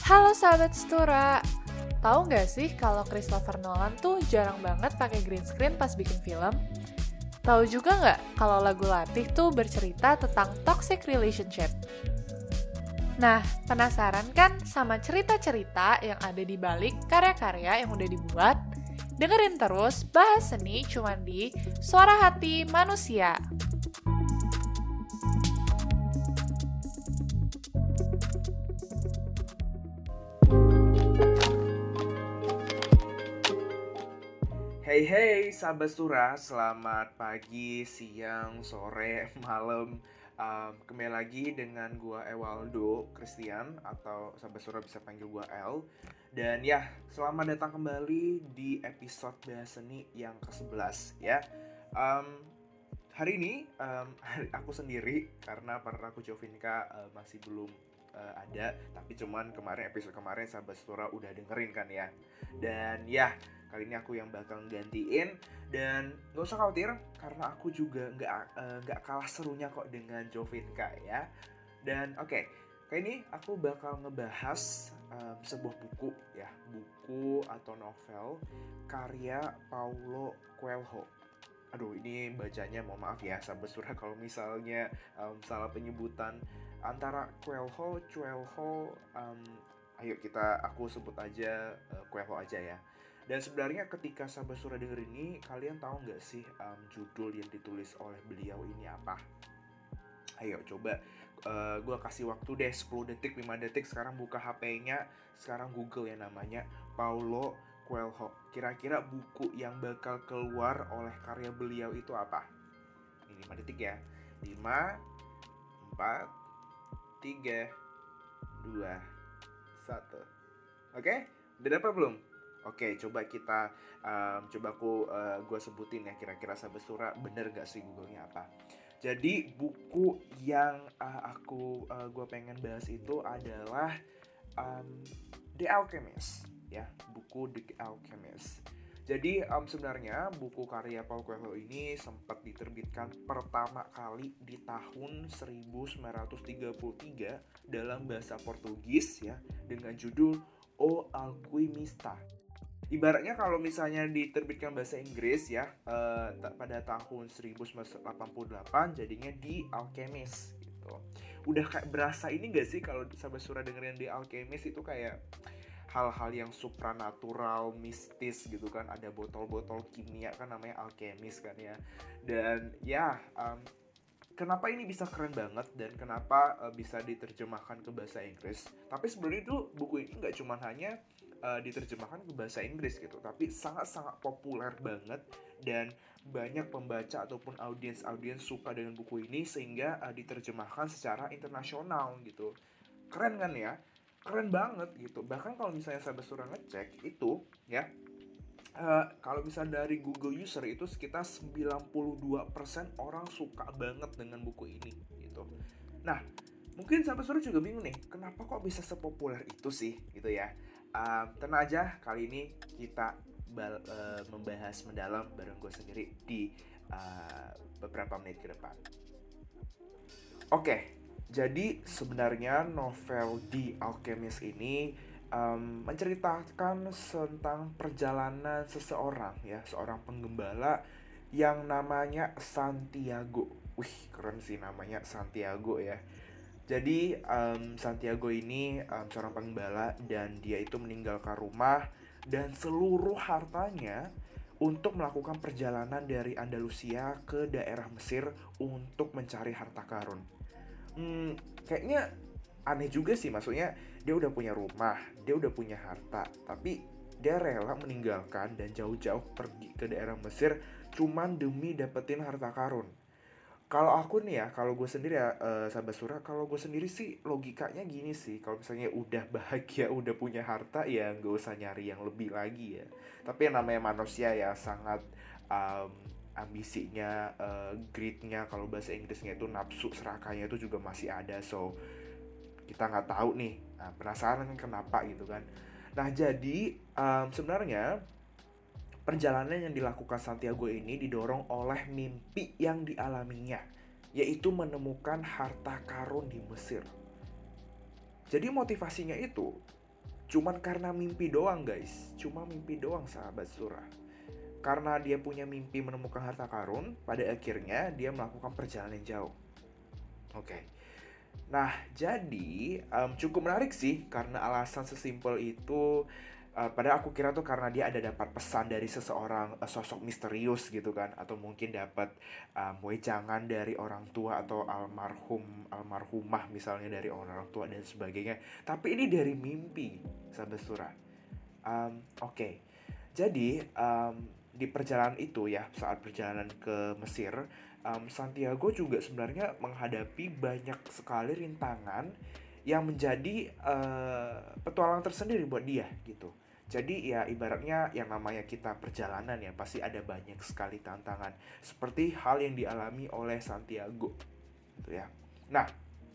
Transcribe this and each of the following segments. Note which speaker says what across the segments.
Speaker 1: Halo sahabat Setura, tahu nggak sih kalau Christopher Nolan tuh jarang banget pakai green screen pas bikin film? Tahu juga nggak kalau Lagu Latih tuh bercerita tentang toxic relationship? Nah, penasaran kan sama cerita-cerita yang ada di balik karya-karya yang udah dibuat? Dengerin terus Bahas Seni cuma di Suara Hati Manusia.
Speaker 2: Hey sahabat Sura, selamat pagi, siang, sore, malam. Kembali lagi dengan gua Ewaldo Christian, atau sahabat Sura bisa panggil gua El. Dan ya, selamat datang kembali di episode Bahas Seni yang ke-11 ya. Hari ini aku sendiri karena partner aku Jovinka masih belum ada, tapi cuman episode kemarin sahabat Sura udah dengerin kan ya. Dan ya, kali ini aku yang bakal gantiin, dan gak usah khawatir karena aku juga nggak kalah serunya kok dengan Jovinka ya. Dan oke, kali ini aku bakal ngebahas sebuah buku ya, buku atau novel karya Paulo Coelho. Aduh, ini bacanya mohon maaf ya sahabat Sura kalau misalnya salah penyebutan antara Coelho, ayo aku sebut aja Coelho aja ya. Dan sebenarnya ketika sahabat Sura denger ini, kalian tahu nggak sih judul yang ditulis oleh beliau ini apa? Ayo coba gue kasih waktu deh 10 detik, 5 detik. Sekarang buka HP-nya, sekarang Google ya namanya Paulo Coelho. Kira-kira buku yang bakal keluar oleh karya beliau itu apa? Ini 5 detik ya. 5, 4, 3, 2, 1. Oke? Udah dapat belum? Oke, coba kita gue sebutin ya, kira-kira sahabat Sura bener gak sih Google-nya apa. Jadi buku yang gue pengen bahas itu adalah The Alchemist ya, buku The Alchemist. Jadi sebenarnya buku karya Paulo Coelho ini sempat diterbitkan pertama kali di tahun 1933 dalam bahasa Portugis ya, dengan judul O Alquimista. Ibaratnya kalau misalnya diterbitkan bahasa Inggris ya pada tahun 1988 jadinya The Alchemist gitu. Udah kayak berasa ini gak sih kalau sahabat Sura dengerin The Alchemist itu kayak hal-hal yang supranatural, mistis gitu kan. Ada botol-botol kimia kan namanya alchemist kan ya. Dan ya kenapa ini bisa keren banget dan kenapa bisa diterjemahkan ke bahasa Inggris. Tapi sebenarnya itu buku ini gak cuma hanya diterjemahkan ke bahasa Inggris gitu, tapi sangat-sangat populer banget dan banyak pembaca ataupun audiens suka dengan buku ini sehingga diterjemahkan secara internasional gitu. Keren kan ya? Keren banget gitu. Bahkan kalau misalnya sahabat Sura ngecek itu ya, kalau misalnya dari Google user itu sekitar 92% orang suka banget dengan buku ini gitu. Nah, mungkin sahabat Sura juga bingung nih, kenapa kok bisa sepopuler itu sih gitu ya. Tenang aja, kali ini kita membahas mendalam bareng gue sendiri di beberapa menit ke depan. Oke, jadi sebenarnya novel The Alchemist ini menceritakan tentang perjalanan seseorang ya, seorang penggembala yang namanya Santiago. Wih, keren sih namanya Santiago ya. Jadi Santiago ini seorang penggembala dan dia itu meninggalkan rumah dan seluruh hartanya untuk melakukan perjalanan dari Andalusia ke daerah Mesir untuk mencari harta karun. Kayaknya aneh juga sih, maksudnya dia udah punya rumah, dia udah punya harta, tapi dia rela meninggalkan dan jauh-jauh pergi ke daerah Mesir cuman demi dapetin harta karun. Kalau aku nih ya, kalau gue sendiri ya sahabat Sura, kalau gue sendiri sih logikanya gini sih, kalau misalnya udah bahagia, udah punya harta ya gak usah nyari yang lebih lagi ya. Tapi yang namanya manusia ya sangat ambisinya, greednya, kalau bahasa Inggrisnya itu nafsu serakahnya itu juga masih ada. So kita nggak tahu nih, penasaran kenapa gitu kan. Nah jadi sebenarnya perjalanan yang dilakukan Santiago ini didorong oleh mimpi yang dialaminya, yaitu menemukan harta karun di Mesir. Jadi motivasinya itu Cuman karena mimpi doang guys, cuma mimpi doang sahabat surah. Karena dia punya mimpi menemukan harta karun, pada akhirnya dia melakukan perjalanan jauh. Oke. Nah, jadi cukup menarik sih karena alasan sesimpel itu. Padahal aku kira tuh karena dia ada dapat pesan dari seseorang, sosok misterius gitu kan, atau mungkin dapat wejangan dari orang tua atau almarhumah misalnya dari orang tua dan sebagainya. Tapi ini dari mimpi, sahabat surah. Oke. Jadi di perjalanan itu ya, saat perjalanan ke Mesir, Santiago juga sebenarnya menghadapi banyak sekali rintangan yang menjadi petualang tersendiri buat dia gitu. Jadi ya ibaratnya yang namanya kita perjalanan ya pasti ada banyak sekali tantangan. Seperti hal yang dialami oleh Santiago gitu ya. Nah,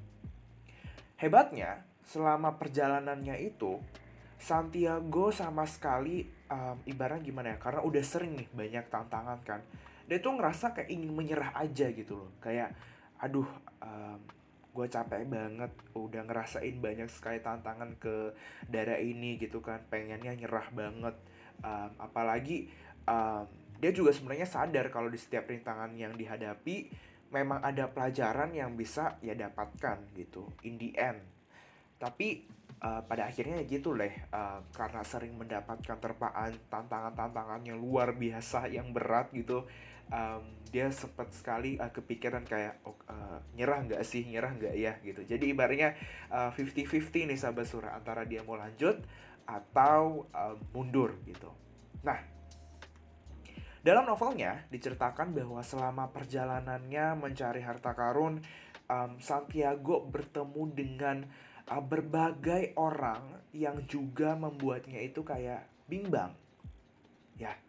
Speaker 2: hebatnya selama perjalanannya itu Santiago sama sekali ibaratnya gimana ya, karena udah sering nih banyak tantangan kan, dia tuh ngerasa kayak ingin menyerah aja gitu loh. Kayak aduh, gue capek banget udah ngerasain banyak sekali tantangan ke daerah ini gitu kan, pengennya nyerah banget. Apalagi dia juga sebenarnya sadar kalau di setiap rintangan yang dihadapi memang ada pelajaran yang bisa ya dapatkan gitu in the end. Tapi pada akhirnya ya gitu karena sering mendapatkan terpaan tantangan-tantangan yang luar biasa yang berat gitu, dia sempat sekali kepikiran kayak nyerah nggak ya gitu. Jadi ibaratnya 50-50 nih sahabat surah, antara dia mau lanjut atau mundur gitu. Nah, dalam novelnya diceritakan bahwa selama perjalanannya mencari harta karun, Santiago bertemu dengan berbagai orang yang juga membuatnya itu kayak bimbang. Ya,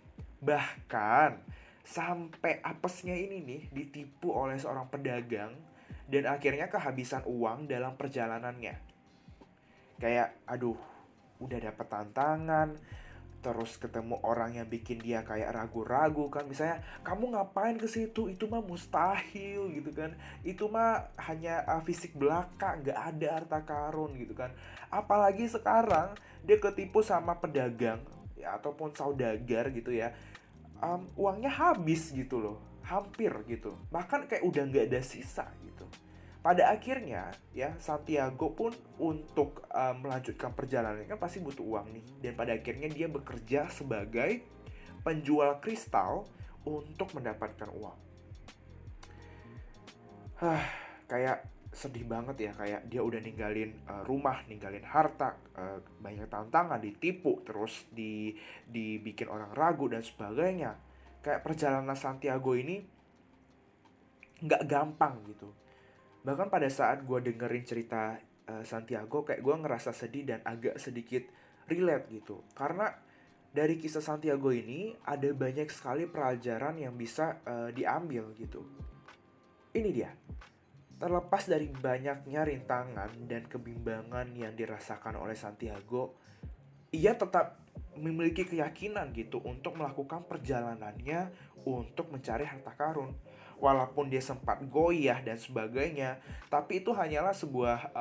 Speaker 2: bahkan sampai apesnya ini nih ditipu oleh seorang pedagang dan akhirnya kehabisan uang dalam perjalanannya. Kayak aduh, udah dapet tantangan, terus ketemu orang yang bikin dia kayak ragu-ragu kan. Misalnya, kamu ngapain ke situ? Itu mah mustahil gitu kan. Itu mah hanya fisik belaka, nggak ada harta karun gitu kan. Apalagi sekarang dia ketipu sama pedagang ya, ataupun saudagar gitu ya. Uangnya habis gitu loh, hampir gitu. Bahkan kayak udah nggak ada sisa gitu. Pada akhirnya ya Santiago pun untuk melanjutkan perjalanannya kan pasti butuh uang nih. Dan pada akhirnya dia bekerja sebagai penjual kristal untuk mendapatkan uang. Kayak sedih banget ya, kayak dia udah ninggalin rumah, ninggalin harta, banyak tantangan, ditipu, terus dibikin orang ragu dan sebagainya. Kayak perjalanan Santiago ini nggak gampang gitu. Bahkan pada saat gue dengerin cerita Santiago, kayak gue ngerasa sedih dan agak sedikit relate gitu. Karena dari kisah Santiago ini ada banyak sekali pelajaran yang bisa diambil gitu. Ini dia. Terlepas dari banyaknya rintangan dan kebimbangan yang dirasakan oleh Santiago, ia tetap memiliki keyakinan gitu untuk melakukan perjalanannya untuk mencari harta karun. Walaupun dia sempat goyah dan sebagainya, tapi itu hanyalah sebuah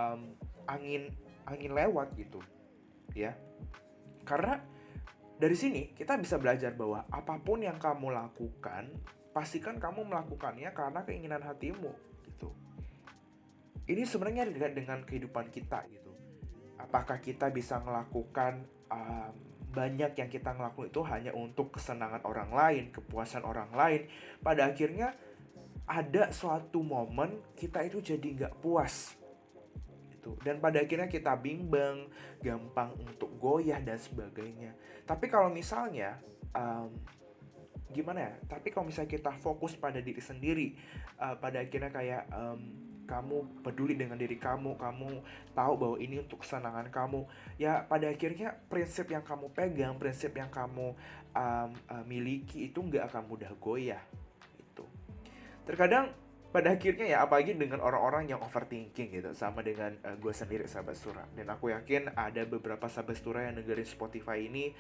Speaker 2: angin lewat gitu, ya. Karena dari sini kita bisa belajar bahwa apapun yang kamu lakukan, pastikan kamu melakukannya karena keinginan hatimu gitu. Ini sebenarnya dekat dengan kehidupan kita gitu. Apakah kita bisa melakukan banyak yang kita ngelakuin itu hanya untuk kesenangan orang lain, kepuasan orang lain? Pada akhirnya ada suatu momen kita itu jadi nggak puas gitu. Dan pada akhirnya kita bimbang, gampang untuk goyah dan sebagainya. Tapi kalau misalnya gimana ya? Tapi kalau misalnya kita fokus pada diri sendiri, pada akhirnya kayak kamu peduli dengan diri kamu, kamu tahu bahwa ini untuk kesenangan kamu, ya pada akhirnya prinsip yang kamu pegang, prinsip yang kamu miliki itu nggak akan mudah goyah gitu. Terkadang pada akhirnya ya, apalagi dengan orang-orang yang overthinking gitu, sama dengan gue sendiri sahabat surah. Dan aku yakin ada beberapa sahabat surah yang dengerin Spotify ini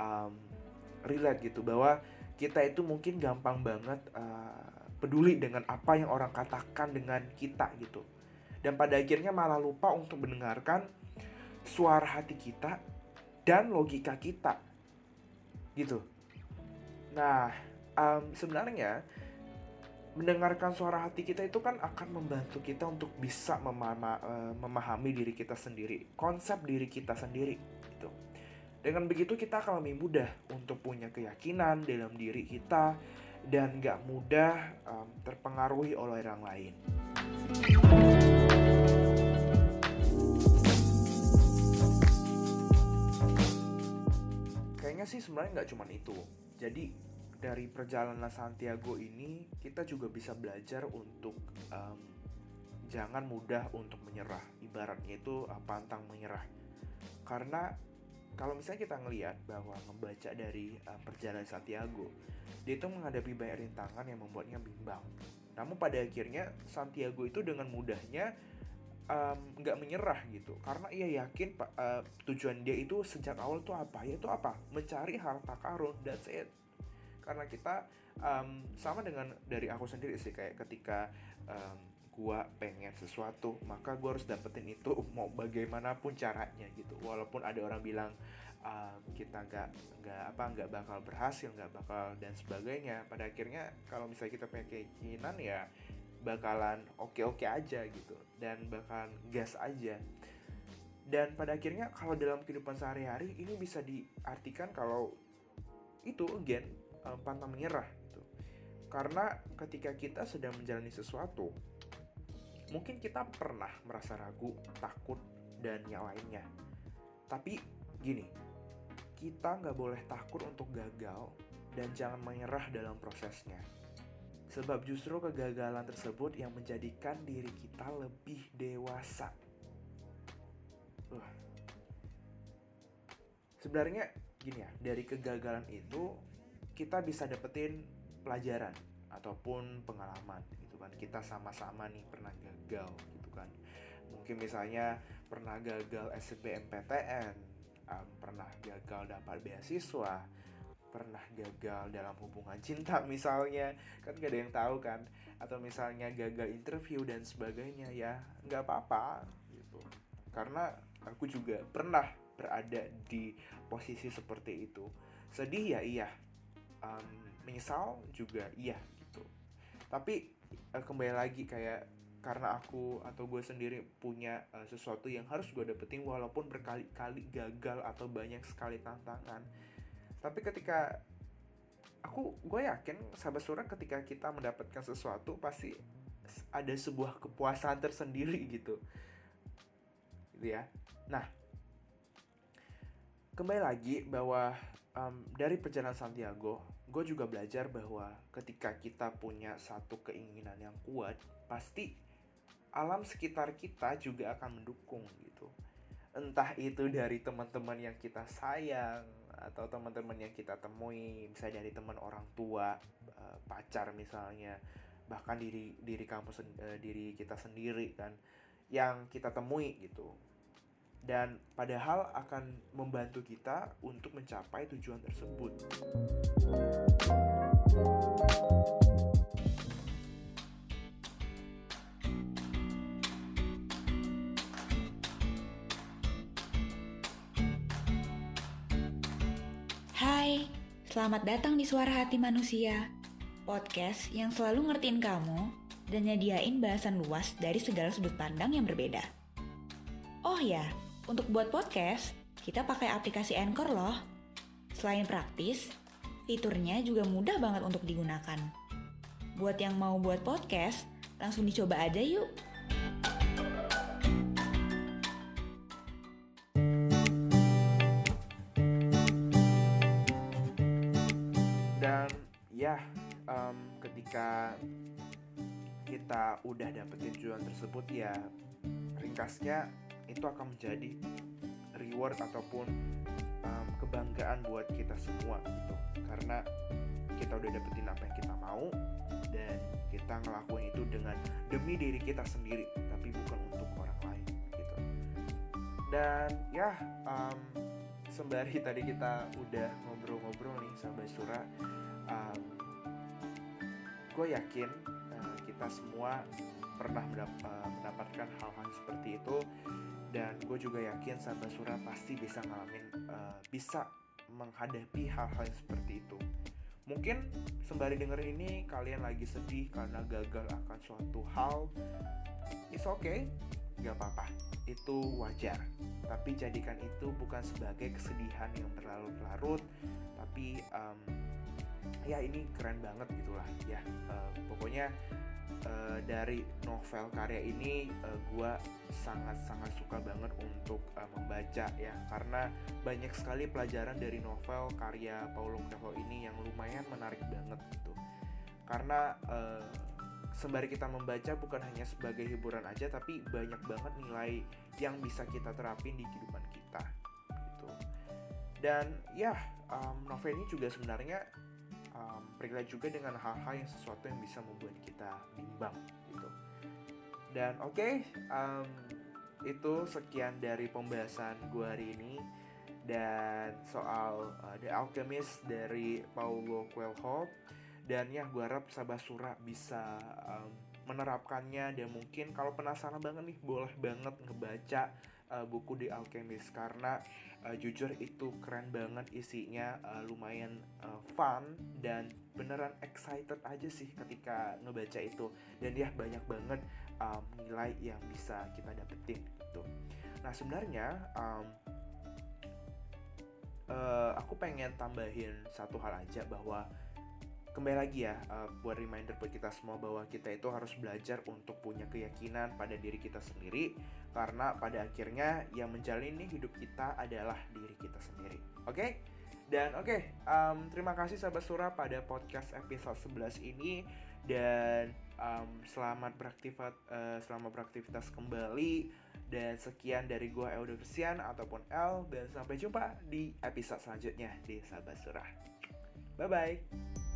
Speaker 2: relate gitu, bahwa kita itu mungkin gampang banget peduli dengan apa yang orang katakan dengan kita gitu. Dan pada akhirnya malah lupa untuk mendengarkan suara hati kita dan logika kita gitu. Nah, sebenarnya mendengarkan suara hati kita itu kan akan membantu kita untuk bisa memahami diri kita sendiri, konsep diri kita sendiri gitu. Dengan begitu kita akan lebih mudah untuk punya keyakinan dalam diri kita dan gak mudah terpengaruhi oleh orang lain. Kayaknya sih sebenarnya gak cuma itu. Jadi dari perjalanan Santiago ini kita juga bisa belajar untuk jangan mudah untuk menyerah. Ibaratnya itu pantang menyerah. Karena kalau misalnya kita ngelihat bahwa membaca dari perjalanan Santiago, dia itu menghadapi banyak rintangan yang membuatnya bimbang. Namun pada akhirnya Santiago itu dengan mudahnya nggak menyerah gitu, karena ia yakin tujuan dia itu sejak awal tuh apa? Yaitu apa? Mencari harta karun. That's it. Karena kita sama dengan dari aku sendiri sih, kayak ketika gua pengen sesuatu, maka gua harus dapetin itu mau bagaimanapun caranya gitu. Walaupun ada orang bilang kita nggak bakal berhasil, nggak bakal dan sebagainya. Pada akhirnya kalau misalnya kita punya keinginan ya bakalan oke aja gitu, dan bakalan gas aja. Dan pada akhirnya kalau dalam kehidupan sehari-hari ini bisa diartikan kalau itu again pantang menyerah gitu. Karena ketika kita sedang menjalani sesuatu, mungkin kita pernah merasa ragu, takut, dan yang lainnya. Tapi gini, kita nggak boleh takut untuk gagal dan jangan menyerah dalam prosesnya. Sebab justru kegagalan tersebut yang menjadikan diri kita lebih dewasa. Sebenarnya gini ya, dari kegagalan itu kita bisa dapetin pelajaran ataupun pengalaman gitu kan. Kita sama-sama nih pernah gagal gitu kan. Mungkin misalnya pernah gagal SBMPTN, pernah gagal dapat beasiswa, pernah gagal dalam hubungan cinta misalnya, kan gak ada yang tahu kan. Atau misalnya gagal interview dan sebagainya, ya gak apa-apa gitu. Karena aku juga pernah berada di posisi seperti itu. Sedih ya iya, menyesal juga iya gitu. Tapi kembali lagi, kayak karena aku atau gue sendiri punya sesuatu yang harus gue dapetin walaupun berkali-kali gagal atau banyak sekali tantangan. Tapi ketika gue yakin sahabat suara, ketika kita mendapatkan sesuatu pasti ada sebuah kepuasan tersendiri gitu ya. Nah, kembali lagi bahwa dari perjalanan Santiago, gue juga belajar bahwa ketika kita punya satu keinginan yang kuat, pasti alam sekitar kita juga akan mendukung gitu. Entah itu dari teman-teman yang kita sayang, atau teman-teman yang kita temui, misalnya dari teman orang tua, pacar misalnya, bahkan diri kita sendiri kan, yang kita temui gitu. Dan padahal akan membantu kita untuk mencapai tujuan tersebut.
Speaker 3: Hai, selamat datang di Suara Hati Manusia, podcast yang selalu ngertiin kamu dan nyediain bahasan luas dari segala sudut pandang yang berbeda. Oh ya, untuk buat podcast, kita pakai aplikasi Anchor loh. Selain praktis, fiturnya juga mudah banget untuk digunakan. Buat yang mau buat podcast, langsung dicoba aja yuk.
Speaker 2: Dan ya, ketika kita udah dapetin tujuan tersebut, ya ringkasnya itu akan menjadi reward ataupun kebanggaan buat kita semua gitu. Karena kita udah dapetin apa yang kita mau, dan kita ngelakuin itu demi diri kita sendiri, tapi bukan untuk orang lain gitu. Dan ya, sembari tadi kita udah ngobrol-ngobrol nih sahabat Sura, gue yakin kita semua pernah mendapatkan hal-hal seperti itu, Dan gue juga yakin sahabat Sura pasti bisa bisa menghadapi hal-hal yang seperti itu. Mungkin sembari dengerin ini kalian lagi sedih karena gagal akan suatu hal. It's okay, gak apa-apa, itu wajar. Tapi jadikan itu bukan sebagai kesedihan yang berlarut-larut, tapi ya ini keren banget gitulah ya. Pokoknya dari novel karya ini gue sangat-sangat suka banget untuk membaca ya, karena banyak sekali pelajaran dari novel karya Paulo Coelho ini yang lumayan menarik banget gitu. Karena sembari kita membaca bukan hanya sebagai hiburan aja, tapi banyak banget nilai yang bisa kita terapin di kehidupan kita gitu. Dan ya novel ini juga sebenarnya berkaitan juga dengan hal-hal yang sesuatu yang bisa membuat kita bimbang gitu. Dan oke, itu sekian dari pembahasan gue hari ini dan soal The Alchemist dari Paulo Coelho. Dan ya gue harap sahabat Sura bisa menerapkannya, dan mungkin kalau penasaran banget nih boleh banget ngebaca buku The Alchemist, karena jujur itu keren banget isinya, lumayan fun dan beneran excited aja sih ketika ngebaca itu. Dan ya banyak banget nilai yang bisa kita dapetin gitu. Nah sebenarnya aku pengen tambahin satu hal aja, bahwa kembali lagi ya, buat reminder buat kita semua bahwa kita itu harus belajar untuk punya keyakinan pada diri kita sendiri, karena pada akhirnya yang menjalani hidup kita adalah diri kita sendiri. Oke? Dan terima kasih sahabat Sura pada podcast episode 11 ini, dan selamat beraktivitas kembali. Dan sekian dari gua Eudovisian ataupun El, dan sampai jumpa di episode selanjutnya di sahabat Sura. Bye bye.